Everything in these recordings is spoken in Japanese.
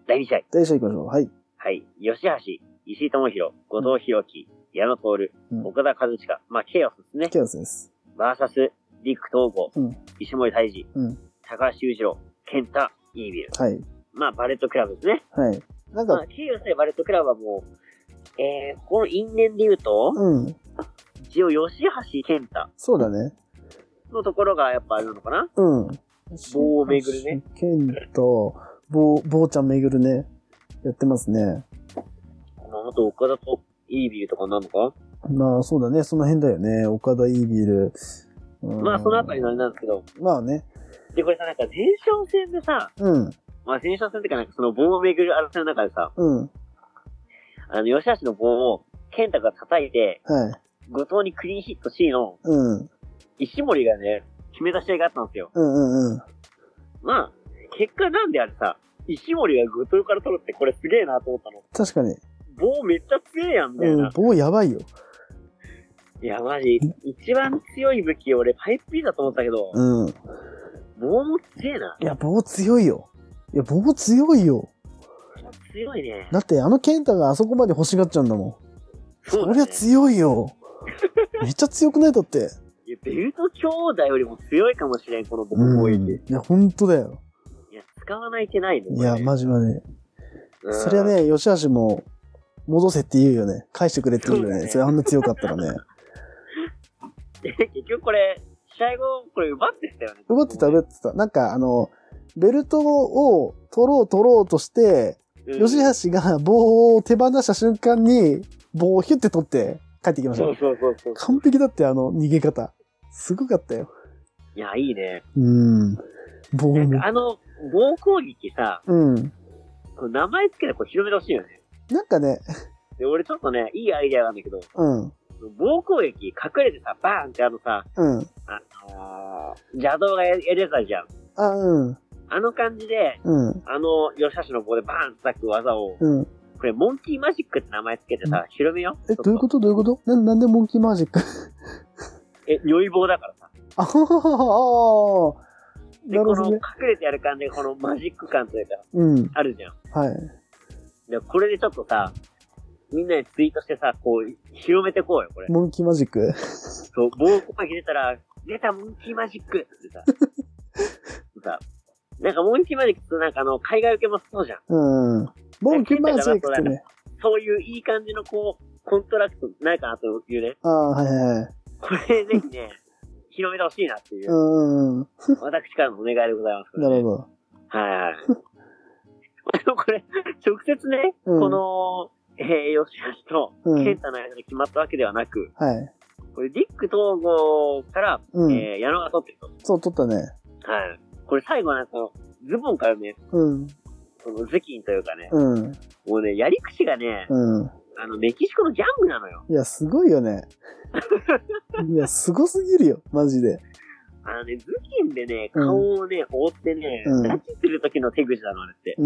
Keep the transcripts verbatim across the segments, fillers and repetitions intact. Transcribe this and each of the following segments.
だいに試合。 だいに試合行きましょう。はい。 はい。吉橋、石井智弘、後藤弘樹、矢野徹、うん、岡田和親。まあ、ケイオスですね。 ケイオスです。 バーサス、リック東郷、 うん、 石森泰治、 うん、 高橋裕次郎、健太、イービル。 はい。 まあ、バレットクラブですね。 はい。なんか、 まあ、ケイオスでバレットクラブはもう、えー、この因縁で言うと、 うん。 一応、吉橋健太。 そうだね。 のところがやっぱあるのかな？ うん。 棒を巡るね。 健太、棒、棒ちゃん巡るね。やってますね。 あと、岡田とイービルとかなのか？ まあ、そうだね。その辺だよね。岡田イービル。 うん、まあ、そのあたりのあれなんですけど。 まあね。 で、これさ、なんか前哨戦でさ、 うん。 まあ、前哨戦ってか、なんかその棒を巡る争いの中でさ、 うん。 あの、吉橋の棒を健太が叩いて、 はい。 後藤にクリーンヒット C の、 うん。 石森がね、決めた試合があったんですよ。 うんうんうん。 まあ、結果なんであれさ、石森が後藤から取るってこれすげえなと思ったの。 確かに。 棒めっちゃ強えやん、みたいな。 うん、棒やばいよ。 いや、マジ、一番強い武器俺パイプ P だと思ったけど、 うん。 棒も強えな。 いや、棒強いよ。いや、棒強いよ。 強いね。 だってあの健太があそこまで欲しがっちゃうんだもん。そうだね。そりゃ強いよ。めっちゃ強くないだって。 いや、ベルト兄弟よりも強いかもしれん、この棒攻撃。 いや、ほんとだよ。 いや、使わない手ないね。 いや、マジマジ。そりゃね、吉橋も、戻せって言うよね。返してくれって言うよね。そ, ねそれあんな強かったらね。 結局これ、試合後、これ奪ってたよね。 奪ってた、奪ってた。なんかあの、ベルトを取ろう取ろうとして、うん、吉橋が棒を手放した瞬間に、棒をヒュッて取って帰ってきました。 そうそうそうそう。 完璧だってあの逃げ方。すごかったよ。 いや、いいね。 うん。棒も。 あの、棒攻撃さ、 うん。 名前つけてこう広めてほしいよね。 なんかね。 で、俺ちょっとね、いいアイデアがあるんだけど、 うん。 棒攻撃、隠れてさ、バーンってあのさ、 うん。 あのー、邪道がやれたじゃん。 あ、うん。 あの感じで、 うん。 あの、吉橋の棒でバーン叩く技を、 うん。 これ、モンキーマジックって名前つけてさ、うん、広めよ。 え、どういうことどういうことな、なんでモンキーマジックえ、如意棒だからさ。 あははははで、この隠れてやる感じで、このマジック感というか、 うん。 あるじゃん。 はい。 で、これでちょっとさ、みんなでツイートしてさ、こう、広めてこうよ、これ。 モンキーマジックそう、棒攻撃出たら、出たモンキーマジックってさ、さ、なんかモンキーマジックってなんかあの、海外受けもそうじゃん。 うん。モンキーマジックってね。 そういういい感じのこう、コントラクトないかなというね。 ああ、はいはいはい。 これぜひね、広めてほしいなっていう。 うん。 私からのお願いでございます、 ね。なるほど。 はいはい。でもこれ、直接ね、うん、この、えー、吉橋と健太の間で決まったわけではなく、 うん、はい。 これ、ディック統合から、うん、えー、矢野が取ってると。 そう、取ったね。 はい。これ最後なんか、ズボンからね、 うん。 その頭巾というかね、 うん。 もうね、やり口がね、 うん。 あの、メキシコのギャングなのよ。 いや、すごいよね。いや、すごすぎるよ、マジで。 あのね、頭巾でね、顔をね、覆ってね、 うん、 拉致する時の手口なの、あれって。 うん。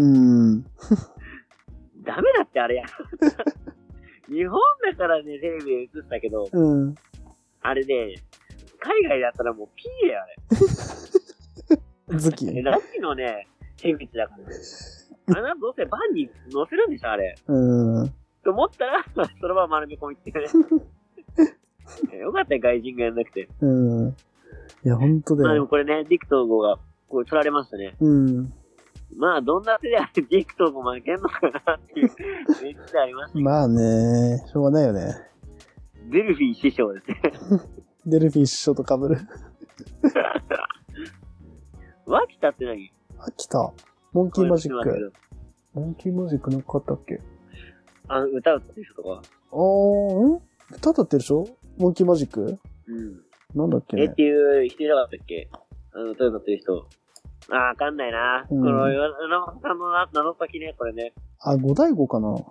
ダメだってあれや。日本だからね、テレビで映したけど、 うん。 あれね、海外だったらもうピーや、あれ。 頭巾。 拉致のね、手口だからね。あなたどうせバンに乗せるんでしょ、あれ。 うん。 と思ったら、そのまま丸め込みってね。よかったよ、外人がやんなくて。 うん。いや、ほんとだよ。 まあでもこれね、ディク統合が、こう取られましたね。 うん。 まあ、どんな手であれ、ディク統合負けんのかなっていう、めっちゃありました。 まあね、しょうがないよね。 デルフィー師匠ですね。 デルフィー師匠と被る。 脇田って何？ 脇田。モンキーマジック。モンキーマジックなんかあったっけ？ あの、歌歌ってる人とか。 あー、ん歌歌ってるでしょ？モンキーマジック？ うん。 なんだっけね。 えっていう人いなかったっけ？あの、歌歌ってる人。あー、わかんないな。うん、この、岩野さんの名の先ね、これね。 あ、五大悟かな。 あー。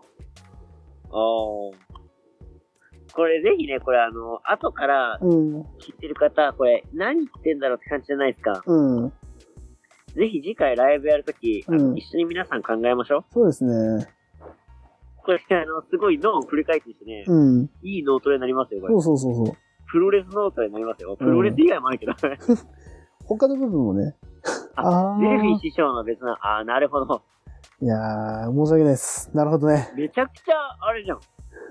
これぜひね、これあの、後から知ってる方、うん、これ何言ってんだろうって感じじゃないですか。 うん。 ぜひ次回ライブやるとき、うん、一緒に皆さん考えましょう。 そうですね。 これ、あの、すごい脳をフル回転してね、 うん。 いい脳トレになりますよ、これ。 そうそうそうそう。 プロレス脳トレになりますよ。プロレス以外もあるけど。 他の部分もね。 あ、デルフィー師匠の別な、あー、なるほど。 いやー、申し訳ないです。なるほどね。 めちゃくちゃ、あれじゃん。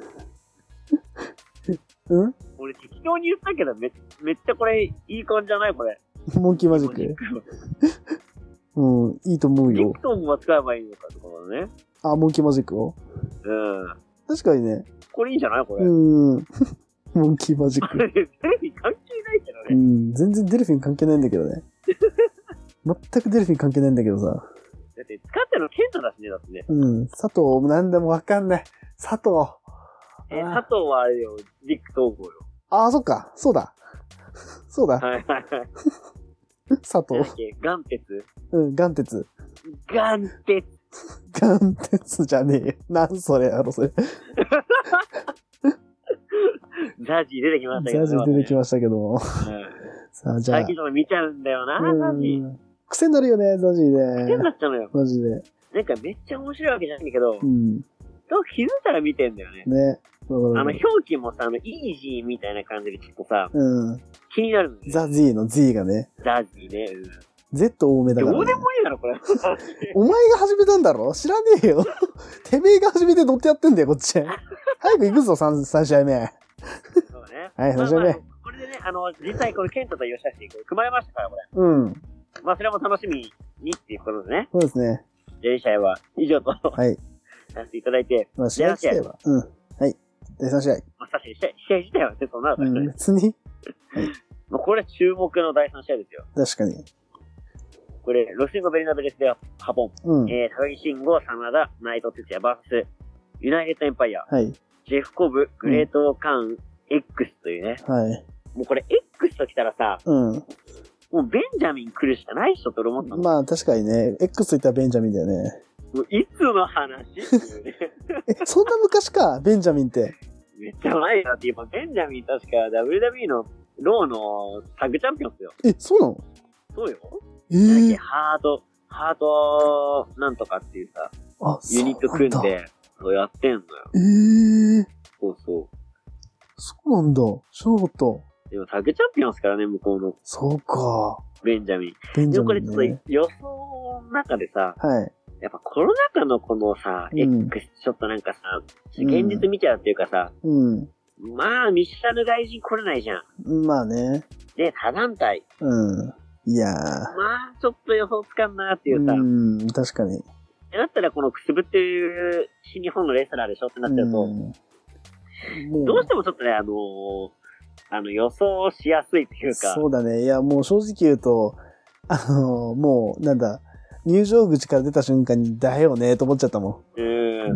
うん俺適当に言ったけど、め、めっちゃこれ、いい感じじゃないこれ。 モンキーマジック。うん、いいと思うよ。 ディクトンは使えばいいのかってことだね。 あ、モンキーマジックをうん。 確かにね。 これいいんじゃないこれ。 うん。モンキーマジック。 テレビ関係ないけどね。 うん、全然デルフィン関係ないんだけどね。全くデルフィン関係ないんだけどさ。 だって使ってるのケンタだしね、だってね。 うん、佐藤、なんでもわかんない。佐藤。 え、佐藤はあれよ、ディック統合よ。 ああ、そっか。そうだ。そうだ。 はいはいはい。 佐藤。 ガンテツうん、ガンテツ。 ガンテツ。 ガンテツじゃねえよ。なんそれやろ、それ。 ザジー出てきましたけどザジー出てきましたけども。さあ、じゃあ。 最近ちょっと見ちゃうんだよな、ザジー。 癖になるよね、ザジーね。 癖になっちゃうのよ。 マジで。 なんかめっちゃ面白いわけじゃないんだけど、 うん。 と気づいたら見てんだよね。 ね。 あの、表記もさ、あの、イージーみたいな感じでちょっとさ、 うん。 気になるのね。 ザ・ジーの Z がね。 ザジーね。うん。 Z 多めだから、ね。 どうでもいいだろ、これ。 お前が始めたんだろ知らねえよ。てめえが始めて乗ってやってんだよ、こっち。早く行くぞ、3, 三試合目。 そうね。 はい、さん試合目。 まあまあ、これでね、あの、実際これ、ケントと吉橋で組まれましたから、これ。 うん。 まあ、それも楽しみにっていうことでね。 そうですね。 じゃあ、試合は以上と。 はい。 させていただいて。 まあ、試合自体は。うん。はい。第さん試合。 まあ、確かに試合、試合自体はね、そんなの、 うん、別に。 はい。もうこれは注目のだいさん試合ですよ。 確かに。 これ、ロシンゴ・ベルナベレスでハポン。 うん。 えー、高木慎吾、真田、内藤哲也 ブイエス ユナイテッドエンパイア。 はい。 ジェフコブ、グレートカーン、X というね。 はい。 もうこれ X と来たらさ、 うん。 もうベンジャミン来るしかないっしょって俺思ったの。 まあ確かにね、X といったらベンジャミンだよね。 もういつの話っていうね。 え、そんな昔か、ベンジャミンって。 めっちゃ前だって今、ベンジャミン確か ダブリューダブリューイー のローのタッグチャンピオンっすよ。 え、そうなの？ そうよ。 えー、 ハート、ハートなんとかっていうさ、 あ、 ユニット組んで、そうやってんのよ。 ええー。 そうそう。 そうなんだ。ショート。 でもタッグチャンピオンですからね、向こうの。 そうか。 ベンジャミン。 ベンジャミン、ね。 でもこれちょっと予想の中でさ、 はい。 やっぱコロナ禍のこのさ、うん、X ちょっとなんかさ、現実見ちゃうっていうかさ、 うん。 まあ、見知らぬ外人来れないじゃん。 まあね。 で、他団体。 うん。いやー。 まあ、ちょっと予想つかんなっていうさ。 うん、確かに。 だったらこのくすぶっていう新日本のレスラーでしょってなっちゃうと、うん、どうしてもちょっとね、あのー、あの予想しやすいっていうか。 そうだね。いや、もう正直言うと、あのー、もう、なんだ、入場口から出た瞬間に、だよねと思っちゃったもん。 うん。うん、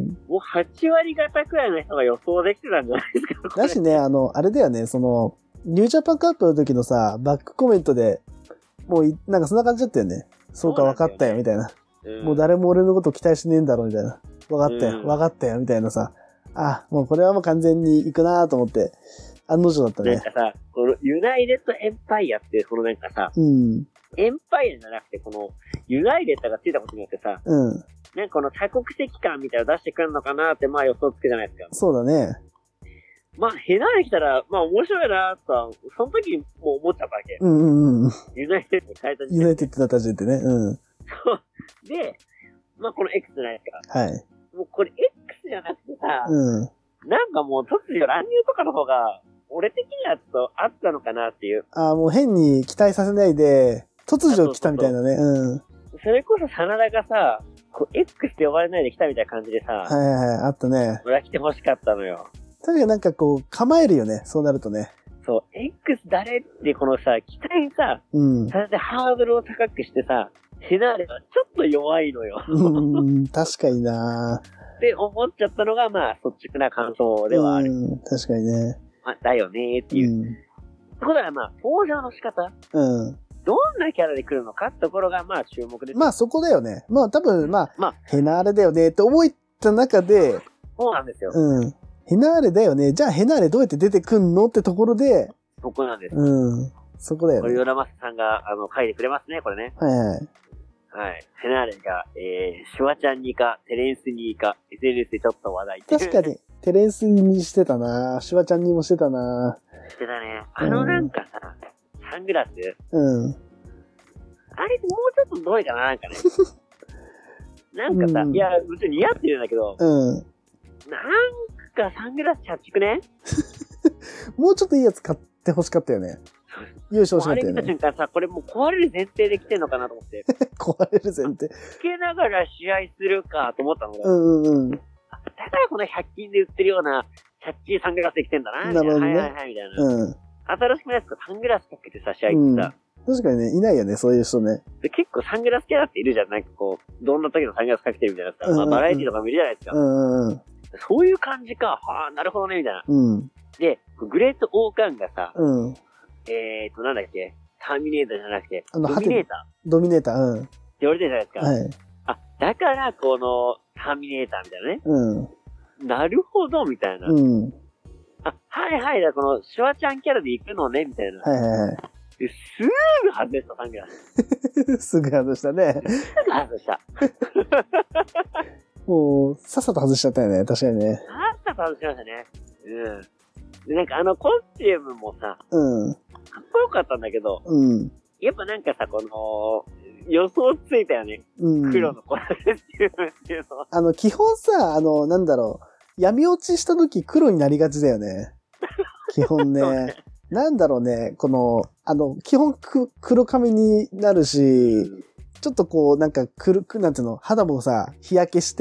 もうはち割方くらいの人が予想できてたんじゃないですか。 だしね、あの、あれだよね、その、ニュージャパンカップの時のさ、バックコメントで、もう、なんかそんな感じだったよね。そうか、分かったよ、みたいな。うん、もう誰も俺のこと期待しねえんだろう、みたいな。分かったよ、分かったよ、みたいなさ。あ、もうこれはもう完全に行くなと思って、案の定だったね。 なんかさ、このユナイテッドエンパイアっていう、このなんかさ、 うん。 エンパイアじゃなくて、この、ユナイテッドがついたことによってさ、 うん。 なんかこの多国籍感みたいなの出してくるのかなって、まあ予想つくじゃないですか。 そうだね。 まあ、ヘナで来たら、まあ面白いなとは、その時にもう思っちゃったわけ。 うんうんうん。 ユナイテッドに変えた時点で。 ユナイテッドだった時点でね。うん。 そう。で、まあこの X じゃないですか。はい。 もうこれ X じゃなくてさ、 うん。 なんかもう突如乱入とかの方が、俺的にはちょっとあったのかなっていう。 ああ、もう変に期待させないで、突如来たみたいなね。うん。 それこそ真田がさ、こう X って呼ばれないで来たみたいな感じでさ、 はいはいはい、あったね。 俺は来て欲しかったのよ。 確かになんかこう、構えるよね、そうなるとね。 そう、X 誰ってこのさ、期待さ、 うん。 させてハードルを高くしてさ、ヘナーレはちょっと弱いのよ。 うん、確かになって思っちゃったのが、まあ、率直な感想ではある。 うん、確かにね。 まあ、だよねーっていう。うん、ってことは、まあ、登場の仕方。 うん。 どんなキャラで来るのかってところが、まあ、注目です。 まあ、そこだよね。まあ、多分、まあ、 まあ、 ヘナーレだよねって思った中で、 そうなんですよ。 うん。ヘナーレだよね。じゃあ、ヘナーレどうやって出てくんのってところで、 そこなんです。 うん。そこだよね。 これ、ヨラマスさんが、あの、書いてくれますね、これね。 はいはい。 はい。ヘナーレが、えー、シュワちゃんにか、テレンスにか、エスエヌエス でちょっと話題。 確かに、テレンスにしてたなシュワちゃんにもしてたなしてたね。あのなんかさ、うん、サングラスうん。 あれ、もうちょっとどういかななんかね。 なんかさ、 うん、 いや、別に似合ってるんだけど、 うん。 なんかサングラスチャッチくねもうちょっといいやつ買って欲しかったよね。優勝しかったよね。 あれ見た瞬間さ、これもう壊れる前提で来てんのかなと思って。 壊れる前提。 つけながら試合するかと思ったのが。 うんうんうん。 だからこのひゃく均で売ってるような、チャッチーサングラスで来てんだな。 なるほどね。 はいはいはい、みたいな。 うん。 新しくないですかサングラスかけてさ、試合ってさ、 うん。確かにね、いないよね、そういう人ね。 で結構サングラスキャラっているじゃん。なんかこう、どんな時のサングラスかけてるみたいなさ。まあ、バラエティとかもいるじゃないですか。 うんうん。 そういう感じか。はあ、なるほどね、みたいな。 うん。 で、グレートオーカンがさ、 うん。 えーと、なんだっけターミネーターじゃなくて、 あのドミネーター。 ドミネーター、うん。 って言われてるじゃないですか。 はい。 あ、だから、この、ターミネーターみたいなね。 うん。 なるほど、みたいな。 うん。 あ、はいはい、だこの、シュワちゃんキャラで行くのね、みたいな。 はいはいはい。 ですぐ外した、サングラス。 すぐ外したね。 すぐ外した。 もう、さっさと外しちゃったよね、確かにね。 さっさと外しましたね。うん。で、なんかあのコスチュームもさ、 うん。 かっこよかったんだけど、 うん。 やっぱなんかさ、この、予想ついたよね。うん。黒のコスチュームっていうのは。 あの、基本さ、あの、なんだろう、闇落ちした時黒になりがちだよね。基本ね。ねなんだろうね、この、あの、基本く黒髪になるし、うんちょっとこう、なんか、くるく、なんていうの、肌もさ、日焼けして、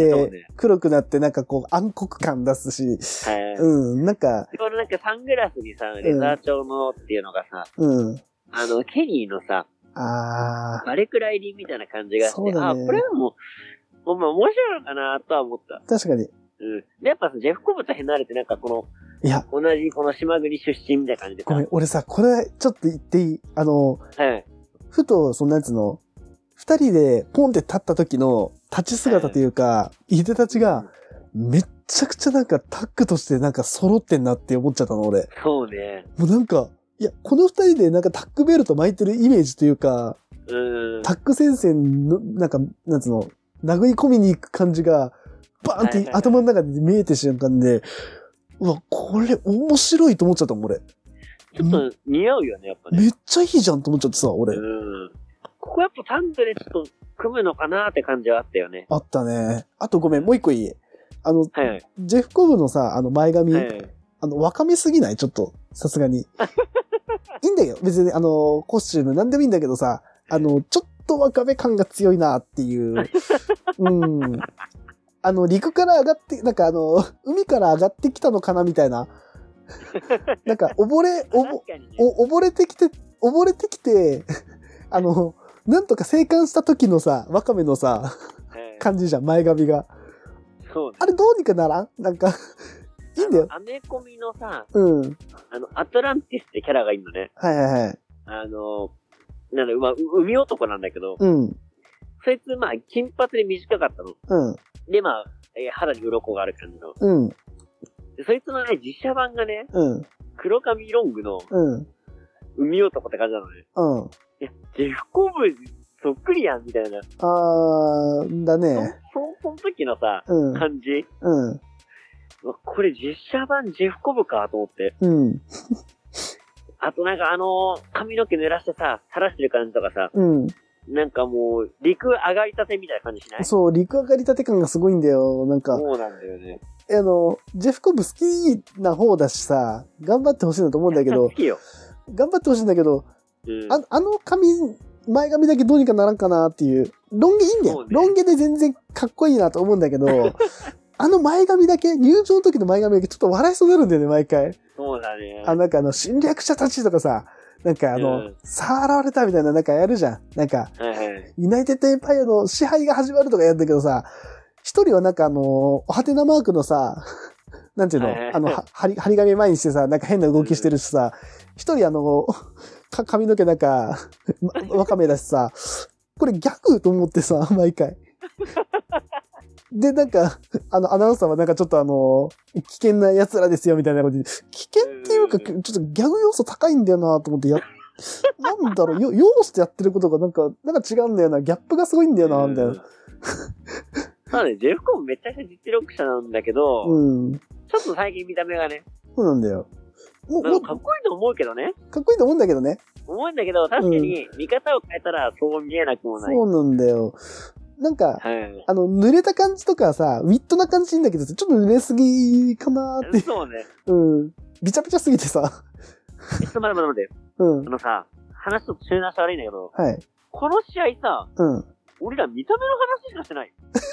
黒くなって、なんかこう、暗黒感出すし、はい、うん、なんか。 このなんかサングラスにさ、レザー調のっていうのがさ、うん。あの、ケニーのさ、ああ。バレクライリンみたいな感じがして、ね、あ、これはもう、もうまあ面白いのかなとは思った。 確かに。 うん。で、やっぱさ、ジェフコブと離れてなんかこの、いや、同じこの島国出身みたいな感じでさ。 ごめん、俺さ、これ、ちょっと言っていいあの、はい。ふと、そのやつの、二人でポンって立った時の立ち姿というか、いでたちが、めっちゃくちゃなんかタッグとしてなんか揃ってんなって思っちゃったの、俺。 そうね。 もうなんか、いや、この二人でなんかタッグベルト巻いてるイメージというか、うんタッグ戦線の、なんか、なんつうの、殴り込みに行く感じが、バーンって頭の中で見えて瞬間で、うわ、これ面白いと思っちゃったもん、俺。 ちょっと似合うよね、やっぱね。 めっちゃいいじゃんと思っちゃってさ、俺。 うんここやっぱタングでちょっと組むのかなって感じはあったよね。 あったね。あとごめん、もう一個いいあの、はいはい、ジェフコブのさ、あの前髪、はいはい、あの、若めすぎないちょっと、さすがに。いいんだよ。別に、あの、コスチュームなんでもいいんだけどさ、あの、ちょっと若め感が強いなっていう。うん。あの、陸から上がって、なんかあの、海から上がってきたのかなみたいな。なんか、溺れ、おぼ、お、溺れてきて、溺れてきて、あの、なんとか生還した時のさ、ワカメのさ、えー、感じじゃん、前髪が。そうね。あれどうにかならんなんか、いいんだよ。 アメコミのさ、 うん。 あの、アトランティスってキャラがいるのね。 はいはいはい。 あの、なんだ、まあ、海男なんだけど、 うん。 そいつ、まあ、金髪で短かったの。うん。で、まあ、えー、肌に鱗がある感じの。うん。で、そいつのね、実写版がね、うん。黒髪ロングの、うん。海男って感じなのね。うん。いや、ジェフコブそっくりやん、みたいな。 あー、だね。 そ、そ、その時のさ、うん、感じうん。これ実写版ジェフコブかと思って。うん。あとなんかあのー、髪の毛濡らしてさ、垂らしてる感じとかさ。うん。なんかもう、陸上がりたてみたいな感じしない？ そう、陸上がりたて感がすごいんだよ、なんか。 そうなんだよね。 あの、ジェフコブ好きな方だしさ、頑張ってほしいなと思うんだけど。 好きよ。 頑張ってほしいんだけど、うん、あ, あの髪、前髪だけどうにかならんかなっていう。ロン毛いいんだよ。ね、ロン毛で全然かっこいいなと思うんだけど、あの前髪だけ、入場の時の前髪だけちょっと笑いそうになるんだよね、毎回。 そうだね。 あ、なんかあの、侵略者たちとかさ、なんかあの、うん、さあ現れたみたいななんかやるじゃん。なんか、はいはい、ユナイテッドエンパイアの支配が始まるとかやるんだけどさ、一人はなんかあの、おはてなマークのさ、なんていうの、はいはい、あの、は、張り、張り紙前にしてさ、なんか変な動きしてるしさ、一、うん、人あの、か、髪の毛なんか、わかめだしさ、これギャグと思ってさ、毎回。で、なんか、あの、アナウンサーはなんかちょっとあの、危険な奴らですよ、みたいなことで、危険っていうか、ちょっとギャグ要素高いんだよなと思ってや、なんだろう、よ、要素やってることがなんか、なんか違うんだよな、ギャップがすごいんだよな、みたいな。 まあね、ジェフコンめちゃくちゃ実力者なんだけど、うん。ちょっと最近見た目がね。 そうなんだよ。 もう、かっこいいと思うけどね。 かっこいいと思うんだけどね。 思うんだけど、確かに見方を変えたらそう見えなくもない。 そうなんだよ。 なんか、はい、あの、濡れた感じとかさ、ウィットな感じいいんだけど、ちょっと濡れすぎかなーって。 そうね。 うん。びちゃびちゃすぎてさ。 え、ちょっと待って待って待って。うん。あのさ、話ちょっと中断して悪いんだけど、 はい。 この試合さ、うん。俺ら見た目の話しかしてない。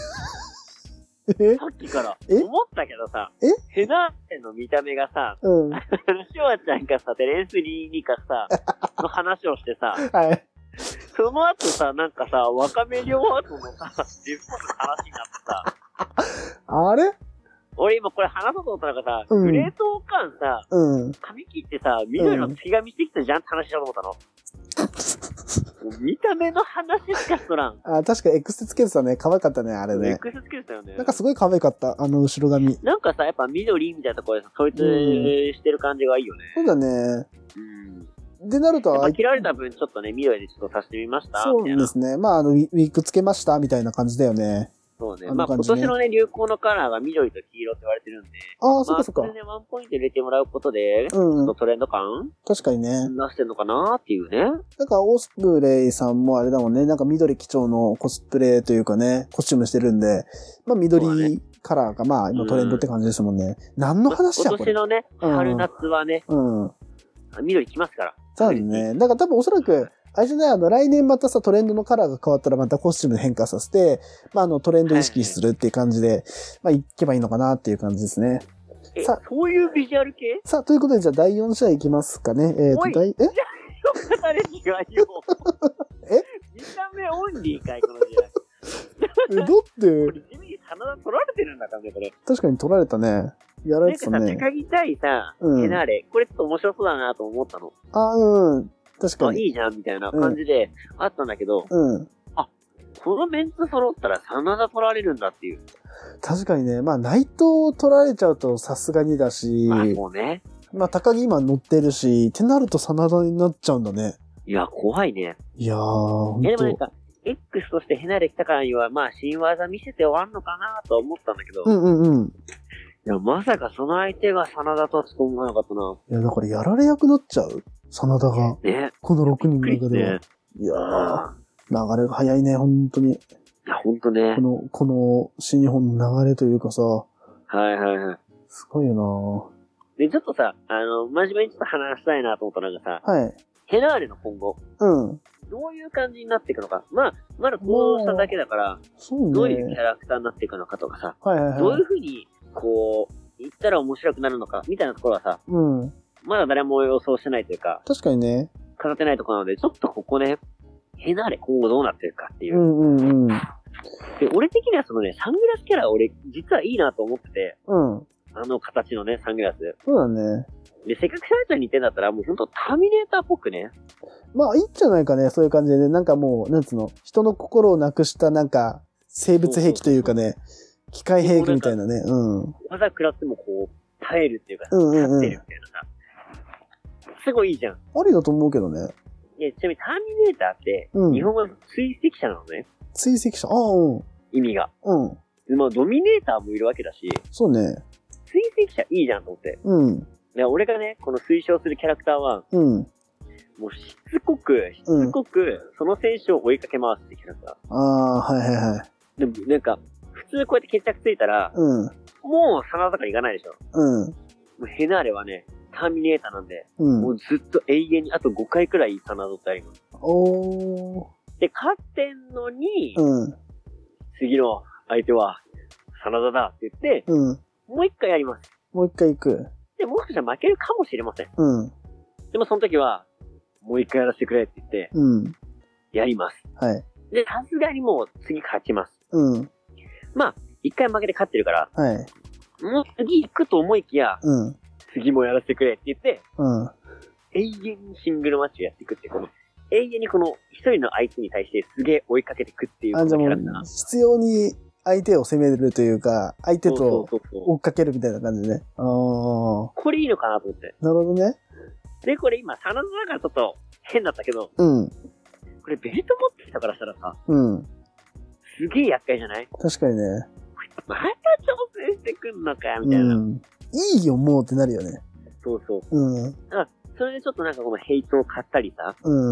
さっきから思ったけどさ、えヘナーレの見た目がさ、うん。シュワちゃんがさ、テレンスリーニカさ、の話をしてさ、はい。その後さ、なんかさ、ワカメ両後のさ、自分の話になってさ、 あれ俺今これ話そうと思ったのがさ、うん、グレートオカンさ、うん、髪切ってさ、緑の月髪してきたじゃんって話しようと思ったの。もう見た目の話しかしとらん。 あ、確かエクステつけてたね。可愛かったね、あれね。 エクステつけてたよね。 なんかすごい可愛かった、あの後ろ髪。 なんかさ、やっぱ緑みたいなところでさ、統一してる感じがいいよね。 うん、そうだね。うん。で、なると、 切られた分ちょっとね、緑でちょっとさせてみましたそうですね。まあ、あの、ウィッグつけましたみたいな感じだよね。 そうね。まあ今年のね、流行のカラーが緑と黄色って言われてるんで。 ああ、そっかそっか。 まあ、それね、ワンポイント入れてもらうことで、うん、ちょっとトレンド感確かにね。 出してんのかなーっていうね。 なんか、オスプレイさんもあれだもんね、なんか緑基調のコスプレというかね、コスチュームしてるんで、まあ緑カラーがまあ今トレンドって感じですもんね。うん、何の話やこれ。 今年のね、春夏はね、うん。緑来ますから。 そうですね。だから多分おそらく、あれじゃない、あの、来年またさ、トレンドのカラーが変わったらまたコスチューム変化させて、まあ、あの、トレンド意識するっていう感じで、はいはい、まあ、いけばいいのかなっていう感じですね。 え、さそういうビジュアル系さあ、ということで、じゃあ、だいよん試合いきますかね。えっ、ー、と、だい、え誰にがよ。え見た目オンリーかい、この試合。 え、だって。 これ、地味に真田取られてるんだからね、これ。 確かに取られたね。やられてたね。 なんかさ、高木対さ、うん、ヘナーレ、これちょっと面白そうだなと思ったの。 あ、うん。確かに。 あ、いいじゃん、みたいな感じで、あったんだけど、うん。あ、このメンツ揃ったら真田取られるんだっていう。 確かにね、まあ、内藤取られちゃうとさすがにだし、 まあ、もうね。 まあ、高木今乗ってるし、ってなると真田になっちゃうんだね。 いや、怖いね。 いやー、ほんと。 いや、でもなんか、X としてヘナーレ来たからには、まあ、新技見せて終わんのかなと思ったんだけど、 うんうんうん。 いや、まさかその相手が真田とはちょっと思わなかったな。 いや、だからやられ役になっちゃう真田が。ね。このろくにんの中では。ね、いやー、流れが早いね、ほんとに。いや、ほんとね。 この、この新日本の流れというかさ。 はいはいはい。 すごいよな。で、ちょっとさ、あの、真面目にちょっと話したいなと思ったのがさ、 はい。 ヘナーレの今後。 うん。 どういう感じになっていくのか。まあ、まだこうしただけだから、そうね。どういうキャラクターになっていくのかとかさ、 はいはいはい。 どういう風に、こう、言ったら面白くなるのか、みたいなところはさ、 うん。 まだ誰も予想してないというか、 確かにね。 語ってないところなので、ちょっとここね、ヘナーレ今後どうなってるかっていう。 うんうんうん。 で、俺的にはそのね、サングラスキャラ俺、実はいいなと思ってて、 うん。 あの形のね、サングラス。 そうだね。 で、せっかくシャイちゃんに似てんだったら、もうほんとターミネーターっぽくね。 まあ、いいんじゃないかね、そういう感じでね。なんかもう、なんつうの、人の心をなくしたなんか、生物兵器というかね、機械兵器みたいなね、うん。 技食らってもこう、耐えるっていうか、うんうんうん、立ってるみたいなさ。すごいいいじゃん。 ありだと思うけどね。 いや、ちなみにターミネーターって、うん、日本語の追跡者なのね。 追跡者ああ、うん。 意味が。 うん。 まあ、ドミネーターもいるわけだし。 そうね。 追跡者いいじゃんと思って。 うん。 で、俺がね、この推奨するキャラクターは、 うん。 もうしつこく、しつこく、その選手を追いかけ回すってキャラクター。ああ、はいはいはい。 でも、なんか、普通こうやって決着ついたら、 うん。 もう真田とか行かないでしょ。 うん。もうヘナーレはね、ターミネーターなんで、 うん、 もうずっと永遠にあとごかいくらい真田ってあります。 おー。 で、勝ってんのに、 うん。 次の相手は、真田だって言って、 うん。 もう一回やります。 もう一回行く。 で、もしかしたら負けるかもしれません。 うん。 でもその時は、もう一回やらせてくれって言って、 うん。 やります。 はい。 で、さすがにもう次勝ちます。 うん。 まあ、一回負けて勝ってるから、 はい。 もう次行くと思いきや、 うん。 次もやらせてくれって言って、 うん。 永遠にシングルマッチをやっていくっていう、この、永遠にこの一人の相手に対してすげえ追いかけていくっていうキャラクター。あ、じゃあもう、 必要に相手を攻めるというか、相手と追っかけるみたいな感じでね。ああ。 これいいのかなと思って。 なるほどね。 で、これ今、真田だからちょっと変だったけど、 うん。 これベルト持ってきたからしたらさ、 うん。すげえ厄介じゃない？ 確かにね。 また挑戦してくんのかみたいな。 うん。いいよ、もうってなるよね。 そうそう。 うん。 あ、それでちょっとなんかこのヘイトを買ったりさ、 うん。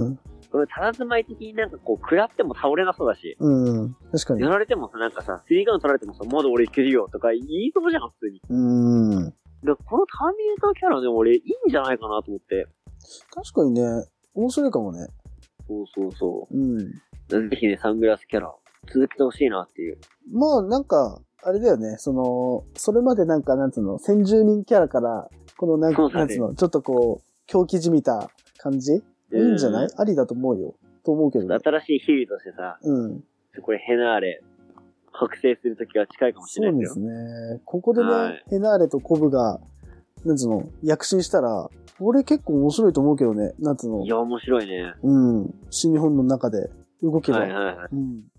これ、佇まい的になんかこう、食らっても倒れなそうだし。 うん。確かに。 やられてもさ、なんかさ、スリーガン取られてもさ、まだ俺いけるよとか言いそうじゃん、普通に。 うん。 だからこのターミネーターキャラでも俺、いいんじゃないかなと思って。 確かにね、面白いかもね。 そうそうそう。 うん。 ぜひね、サングラスキャラ、続けてほしいなっていう。 まあ、なんか、あれだよね、その、それまでなんか、なんつうの、先住民キャラから、このなんか、ね、なんつうの、ちょっとこう、狂気じみた感じ、いいんじゃない？ありだと思うよ。と思うけど、ね。 新しいヒーローとしてさ、うん。これヘナーレ、覚醒するときが近いかもしれないですよ。そうですね。ここでね、はい、ヘナーレとコブが、なんつうの、躍進したら、俺結構面白いと思うけどね、なんつうの。 いや、面白いね。 うん。新日本の中で動けば。 はいはいはい。 うん。